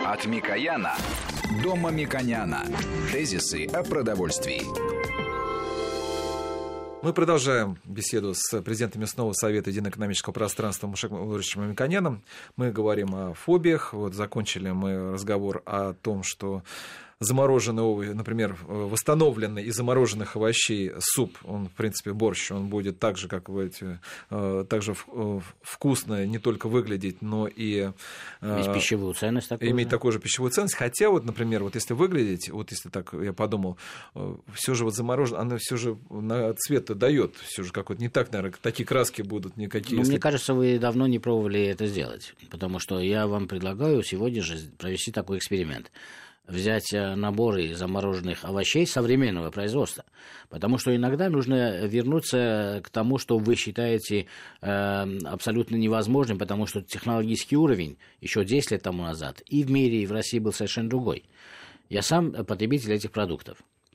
От Микояна до Мамиконяна. Тезисы о продовольствии. Мы продолжаем беседу с президентом Мясного совета Единого экономического пространства Мушеком Владимировичем Мамиконяном. Мы говорим о фобиях. Вот закончили мы разговор о том, что замороженные овощи, например, восстановленный из замороженных овощей суп, он, в принципе, борщ, он будет так же, как также вкусно не только выглядеть, но и иметь пищевую ценность такую иметь такую же пищевую ценность. Хотя, вот, например, вот если выглядеть, вот если так я подумал, все же вот замороженное, оно все же на цвет дает, все же какой-то не так, наверное, такие краски будут никакие. Мне кажется, вы давно не пробовали это сделать, потому что я вам предлагаю сегодня же провести такой эксперимент. Взять наборы замороженных овощей современного производства. Потому что иногда нужно вернуться к тому, что вы считаете абсолютно невозможным, потому что технологический уровень еще 10 лет тому назад и в мире, и в России был совершенно другой. Я сам потребитель этих продуктов.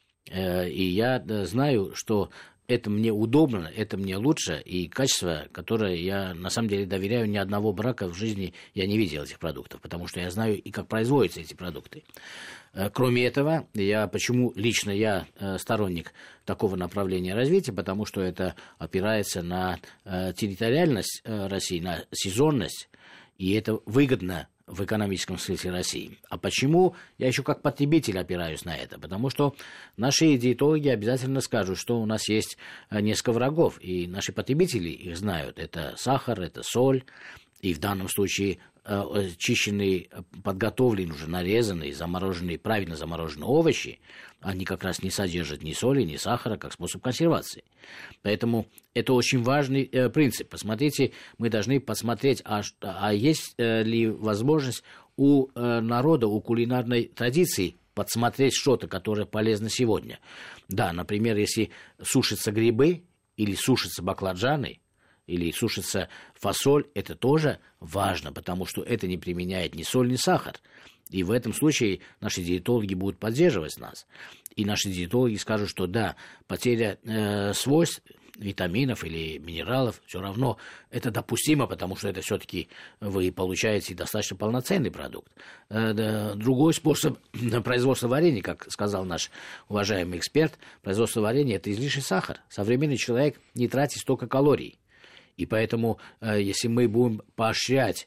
И я знаю, что это мне удобно, это мне лучше, и качество, которое я на самом деле доверяю, ни одного брака в жизни я не видел этих продуктов, потому что я знаю и как производятся эти продукты. Кроме этого, почему лично я сторонник такого направления развития, потому что это опирается на территориальность России, на сезонность, и это выгодно в экономическом смысле России. А почему я еще как потребитель опираюсь на это? Потому что наши диетологи обязательно скажут, что у нас есть несколько врагов, и наши потребители их знают. Это сахар, это соль, и в данном случае чищенные, подготовленные, уже нарезанные, замороженные, правильно замороженные овощи, они как раз не содержат ни соли, ни сахара, как способ консервации. Поэтому это очень важный принцип. Посмотрите, мы должны посмотреть, а есть ли возможность у народа, у кулинарной традиции подсмотреть что-то, которое полезно сегодня. Да, например, если сушатся грибы или сушатся баклажаны, или сушится фасоль, это тоже важно, потому что это не применяет ни соль, ни сахар. И в этом случае наши диетологи будут поддерживать нас. И наши диетологи скажут, что да, потеря свойств, витаминов или минералов, все равно это допустимо, потому что это все-таки вы получаете достаточно полноценный продукт. Другой способ производства варенья, как сказал наш уважаемый эксперт, производство варенья – это излишний сахар. Современный человек не тратит столько калорий. И поэтому, если мы будем поощрять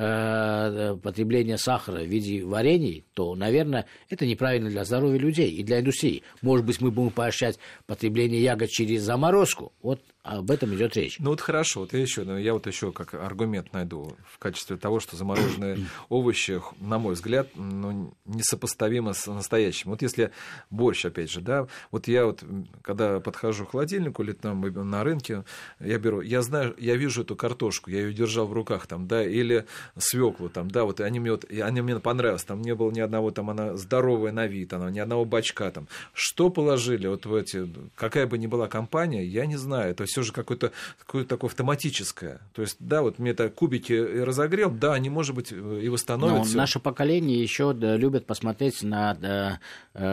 потребление сахара в виде варений, то, наверное, это неправильно для здоровья людей и для индустрии. Может быть, мы будем поощрять потребление ягод через заморозку. Вот об этом идет речь. Ну вот хорошо, я еще как аргумент найду в качестве того, что замороженные овощи, на мой взгляд, несопоставимо с настоящим. Вот если борщ, опять же, да, вот я когда подхожу к холодильнику или там на рынке, я знаю, я вижу эту картошку, я ее держал в руках там, да, или свеклу там, да, вот они мне понравились, там не было ни одного, там она здоровая на вид, ни одного бачка там. Что положили вот в эти, какая бы ни была компания, я не знаю, это все же какое-то такое автоматическое. То есть, да, вот мне это кубики разогрел, да, они, может быть, и восстановят. Но наше поколение еще любит посмотреть на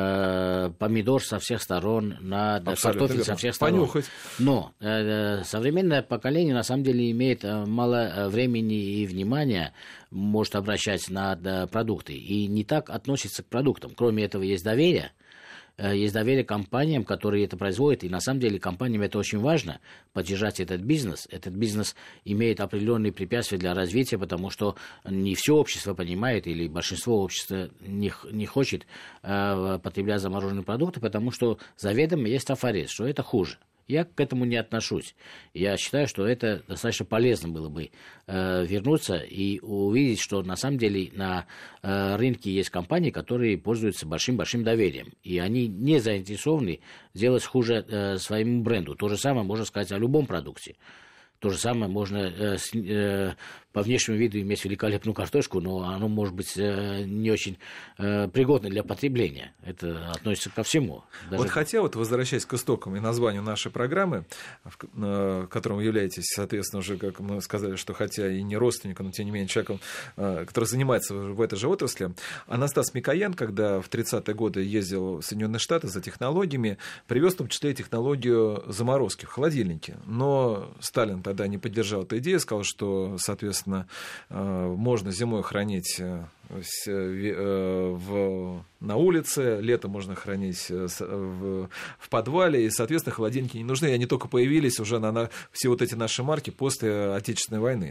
помидор со всех сторон, на картофель со всех сторон. Понюхать. Но современное поколение на самом деле имеет мало времени и внимания, может обращать на продукты, и не так относится к продуктам. Кроме этого, есть доверие. Есть доверие компаниям, которые это производят, и на самом деле компаниям это очень важно, поддержать этот бизнес. Этот бизнес имеет определенные препятствия для развития, потому что не все общество понимает, или большинство общества не хочет потреблять замороженные продукты, потому что заведомо есть афоризм, что это хуже. Я к этому не отношусь. Я считаю, что это достаточно полезно было бы вернуться и увидеть, что на самом деле на рынке есть компании, которые пользуются большим-большим доверием. И они не заинтересованы сделать хуже своему бренду. То же самое можно сказать о любом продукте. То же самое можно по внешнему виду иметь великолепную картошку, но оно может быть не очень пригодно для потребления. Это относится ко всему. Вот хотя, возвращаясь к истокам и названию нашей программы, которым вы являетесь, соответственно, уже, как мы сказали, что хотя и не родственником, но тем не менее человеком, который занимается в этой же отрасли, Анастас Микоян, когда в 30-е годы ездил в Соединенные Штаты за технологиями, привез в том числе и технологию заморозки в холодильнике. Но Сталин тогда не поддержал эту идею, сказал, что, соответственно, соответственно, можно зимой хранить на улице, летом можно хранить в подвале, и, соответственно, холодильники не нужны. И они только появились уже на все вот эти наши марки после Отечественной войны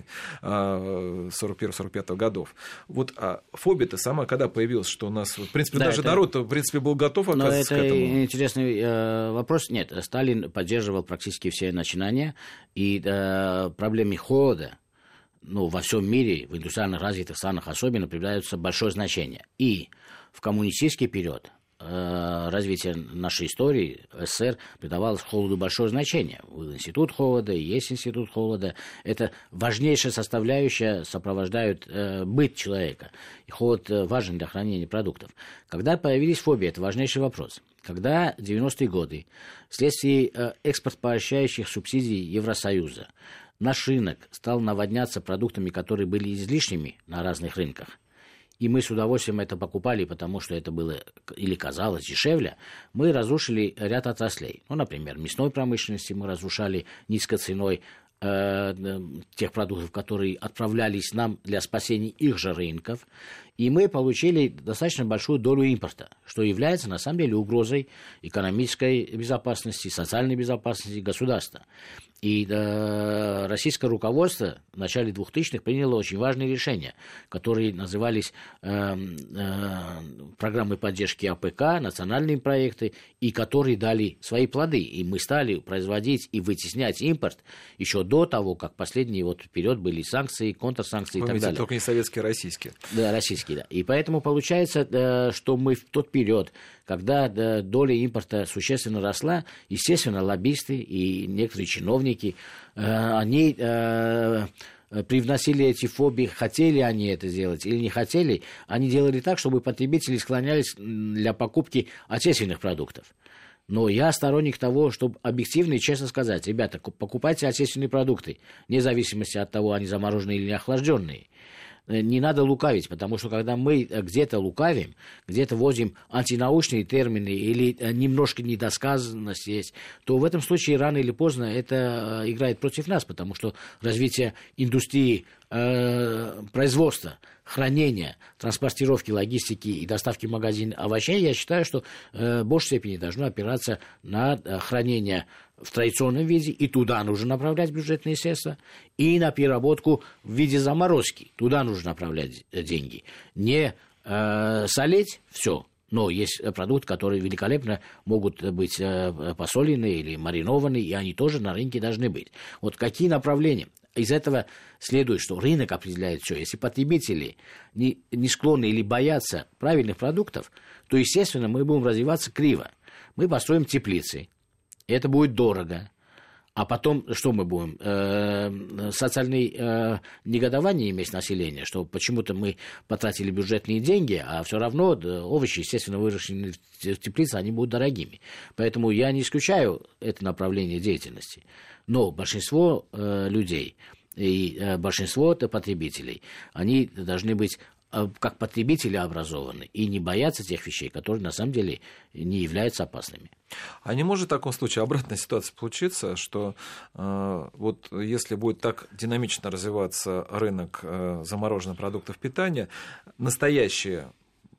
41-45 годов. Вот фобия-то сама когда появилась, что у нас, в принципе, даже народ, в принципе, был готов оказывается к этому? Это интересный вопрос. Нет, Сталин поддерживал практически все начинания, и проблеме холода, во всем мире, в индустриально развитых странах особенно, придается большое значение. И в коммунистический период развития нашей истории СССР придавалось холоду большое значение. Был институт холода, и есть институт холода. Это важнейшая составляющая, сопровождает быт человека. И холод важен для хранения продуктов. Когда появились фобии, это важнейший вопрос. Когда в 90-е годы, вследствие экспортопоощряющих субсидий Евросоюза, наш рынок стал наводняться продуктами, которые были излишними на разных рынках, и мы с удовольствием это покупали, потому что это было или казалось дешевле, мы разрушили ряд отраслей. Например, мясной промышленности мы разрушали низкой ценой тех продуктов, которые отправлялись нам для спасения их же рынков, и мы получили достаточно большую долю импорта, что является на самом деле угрозой экономической безопасности, социальной безопасности государства. И российское руководство в начале 2000-х приняло очень важные решения, которые назывались программой поддержки АПК, национальные проекты, и которые дали свои плоды. И мы стали производить и вытеснять импорт еще до того, как последний период были санкции, контрсанкции и так далее. Только не советские, а российские. Да, российские, да. И поэтому получается, что мы в тот период, когда доля импорта существенно росла, естественно, лоббисты и некоторые чиновники, они привносили эти фобии, хотели они это сделать или не хотели, они делали так, чтобы потребители склонялись для покупки отечественных продуктов. Но я сторонник того, чтобы объективно и честно сказать: ребята, покупайте отечественные продукты, вне зависимости от того, они замороженные или охлажденные. Не надо лукавить, потому что когда мы где-то лукавим, где-то вводим антинаучные термины или немножко недосказанность есть, то в этом случае рано или поздно это играет против нас, потому что развитие индустрии производства, хранения, транспортировки, логистики и доставки в магазин овощей, я считаю, что в большей степени должно опираться на хранение в традиционном виде, и туда нужно направлять бюджетные средства, и на переработку в виде заморозки, туда нужно направлять деньги. Не солить все, но есть продукты, которые великолепно могут быть посолены или маринованные, и они тоже на рынке должны быть. Вот какие направления? Из этого следует, что рынок определяет все. Если потребители не склонны или боятся правильных продуктов, то, естественно, мы будем развиваться криво. Мы построим теплицы, это будет дорого. А потом, что мы будем? Социальное негодование иметь население, что почему-то мы потратили бюджетные деньги, а все равно овощи, естественно, выращенные в теплице, они будут дорогими. Поэтому я не исключаю это направление деятельности. Но большинство людей и большинство потребителей, они должны быть как потребители образованы и не боятся тех вещей, которые на самом деле не являются опасными. А не может в таком случае обратная ситуация получиться, что вот если будет так динамично развиваться рынок замороженных продуктов питания, настоящие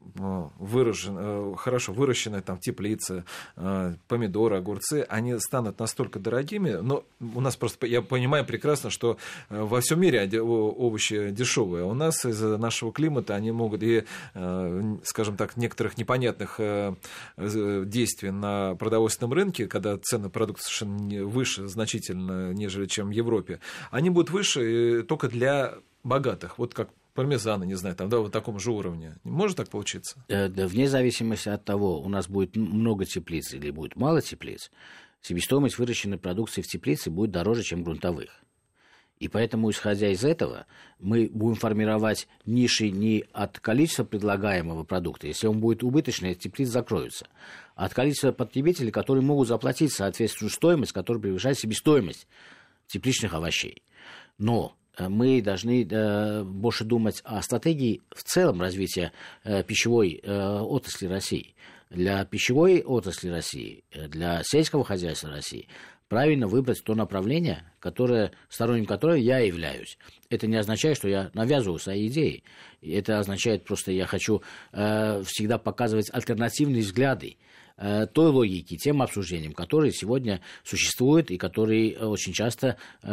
хорошо выращенные там теплицы, помидоры, огурцы, они станут настолько дорогими, но у нас просто, я понимаю прекрасно, что во всем мире овощи дешевые, а у нас из-за нашего климата они могут и, скажем так, некоторых непонятных действий на продовольственном рынке, когда цены продуктов совершенно выше значительно, нежели чем в Европе, они будут выше только для богатых, вот как пармезана, не знаю, там, да, вот таком же уровне. Может так получиться? Вне зависимости от того, у нас будет много теплиц или будет мало теплиц, себестоимость выращенной продукции в теплице будет дороже, чем грунтовых. И поэтому, исходя из этого, мы будем формировать ниши не от количества предлагаемого продукта. Если он будет убыточный, теплицы закроются. А от количества потребителей, которые могут заплатить соответствующую стоимость, которая превышает себестоимость тепличных овощей. Но мы должны больше думать о стратегии в целом развития пищевой отрасли России. Для пищевой отрасли России, для сельского хозяйства России правильно выбрать то направление, сторонником которого я являюсь. Это не означает, что я навязываю свои идеи. Это означает просто, я хочу всегда показывать альтернативные взгляды той логики, тем обсуждениям, которые сегодня существуют и которые очень часто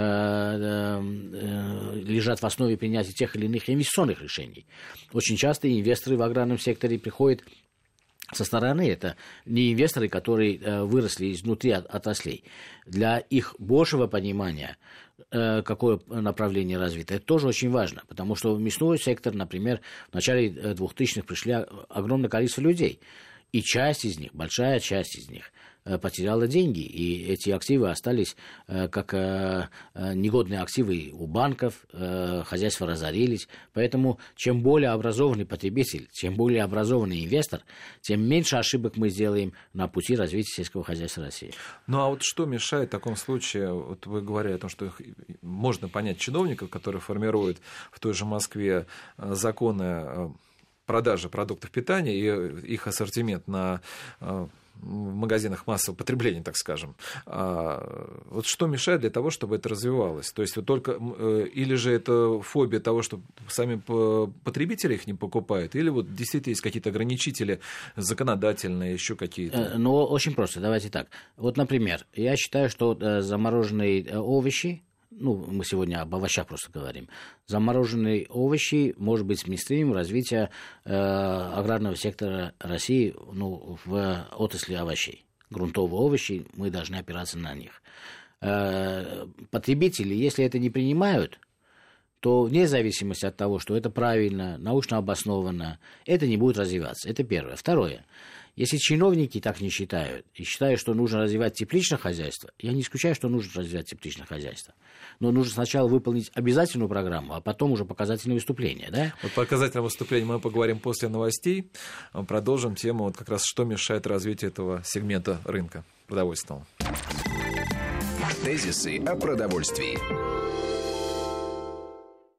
лежат в основе принятия тех или иных инвестиционных решений. Очень часто инвесторы в аграрном секторе приходят со стороны. Это не инвесторы, которые выросли изнутри отраслей. Для их большего понимания, какое направление развито, это тоже очень важно. Потому что в мясной сектор, например, в начале 2000-х пришли огромное количество людей. И часть из них, большая часть из них потеряла деньги. И эти активы остались как негодные активы у банков, хозяйства разорились. Поэтому чем более образованный потребитель, чем более образованный инвестор, тем меньше ошибок мы сделаем на пути развития сельского хозяйства России. Ну а вот что мешает в таком случае, вот вы говорили о том, что можно понять чиновников, которые формируют в той же Москве законы продажи продуктов питания и их ассортимент в магазинах массового потребления, так скажем. Вот что мешает для того, чтобы это развивалось? То есть вот только или же это фобия того, что сами потребители их не покупают, или вот действительно есть какие-то ограничители законодательные, еще какие-то? Ну, очень просто. Давайте так. Вот, например, я считаю, что замороженные овощи, мы сегодня об овощах просто говорим. Замороженные овощи может быть сместным развития аграрного сектора России в отрасли овощей. Грунтовые овощи, мы должны опираться на них. Потребители, если это не принимают, то вне зависимости от того, что это правильно, научно обоснованно, это не будет развиваться. Это первое. Второе. Если чиновники так не считают и считают, что нужно развивать тепличное хозяйство, я не исключаю, что нужно развивать тепличное хозяйство. Но нужно сначала выполнить обязательную программу, а потом уже показательные выступления. Да? Вот показательное выступление мы поговорим после новостей. Продолжим тему, как раз что мешает развитию этого сегмента рынка продовольственного. Тезисы о продовольствии.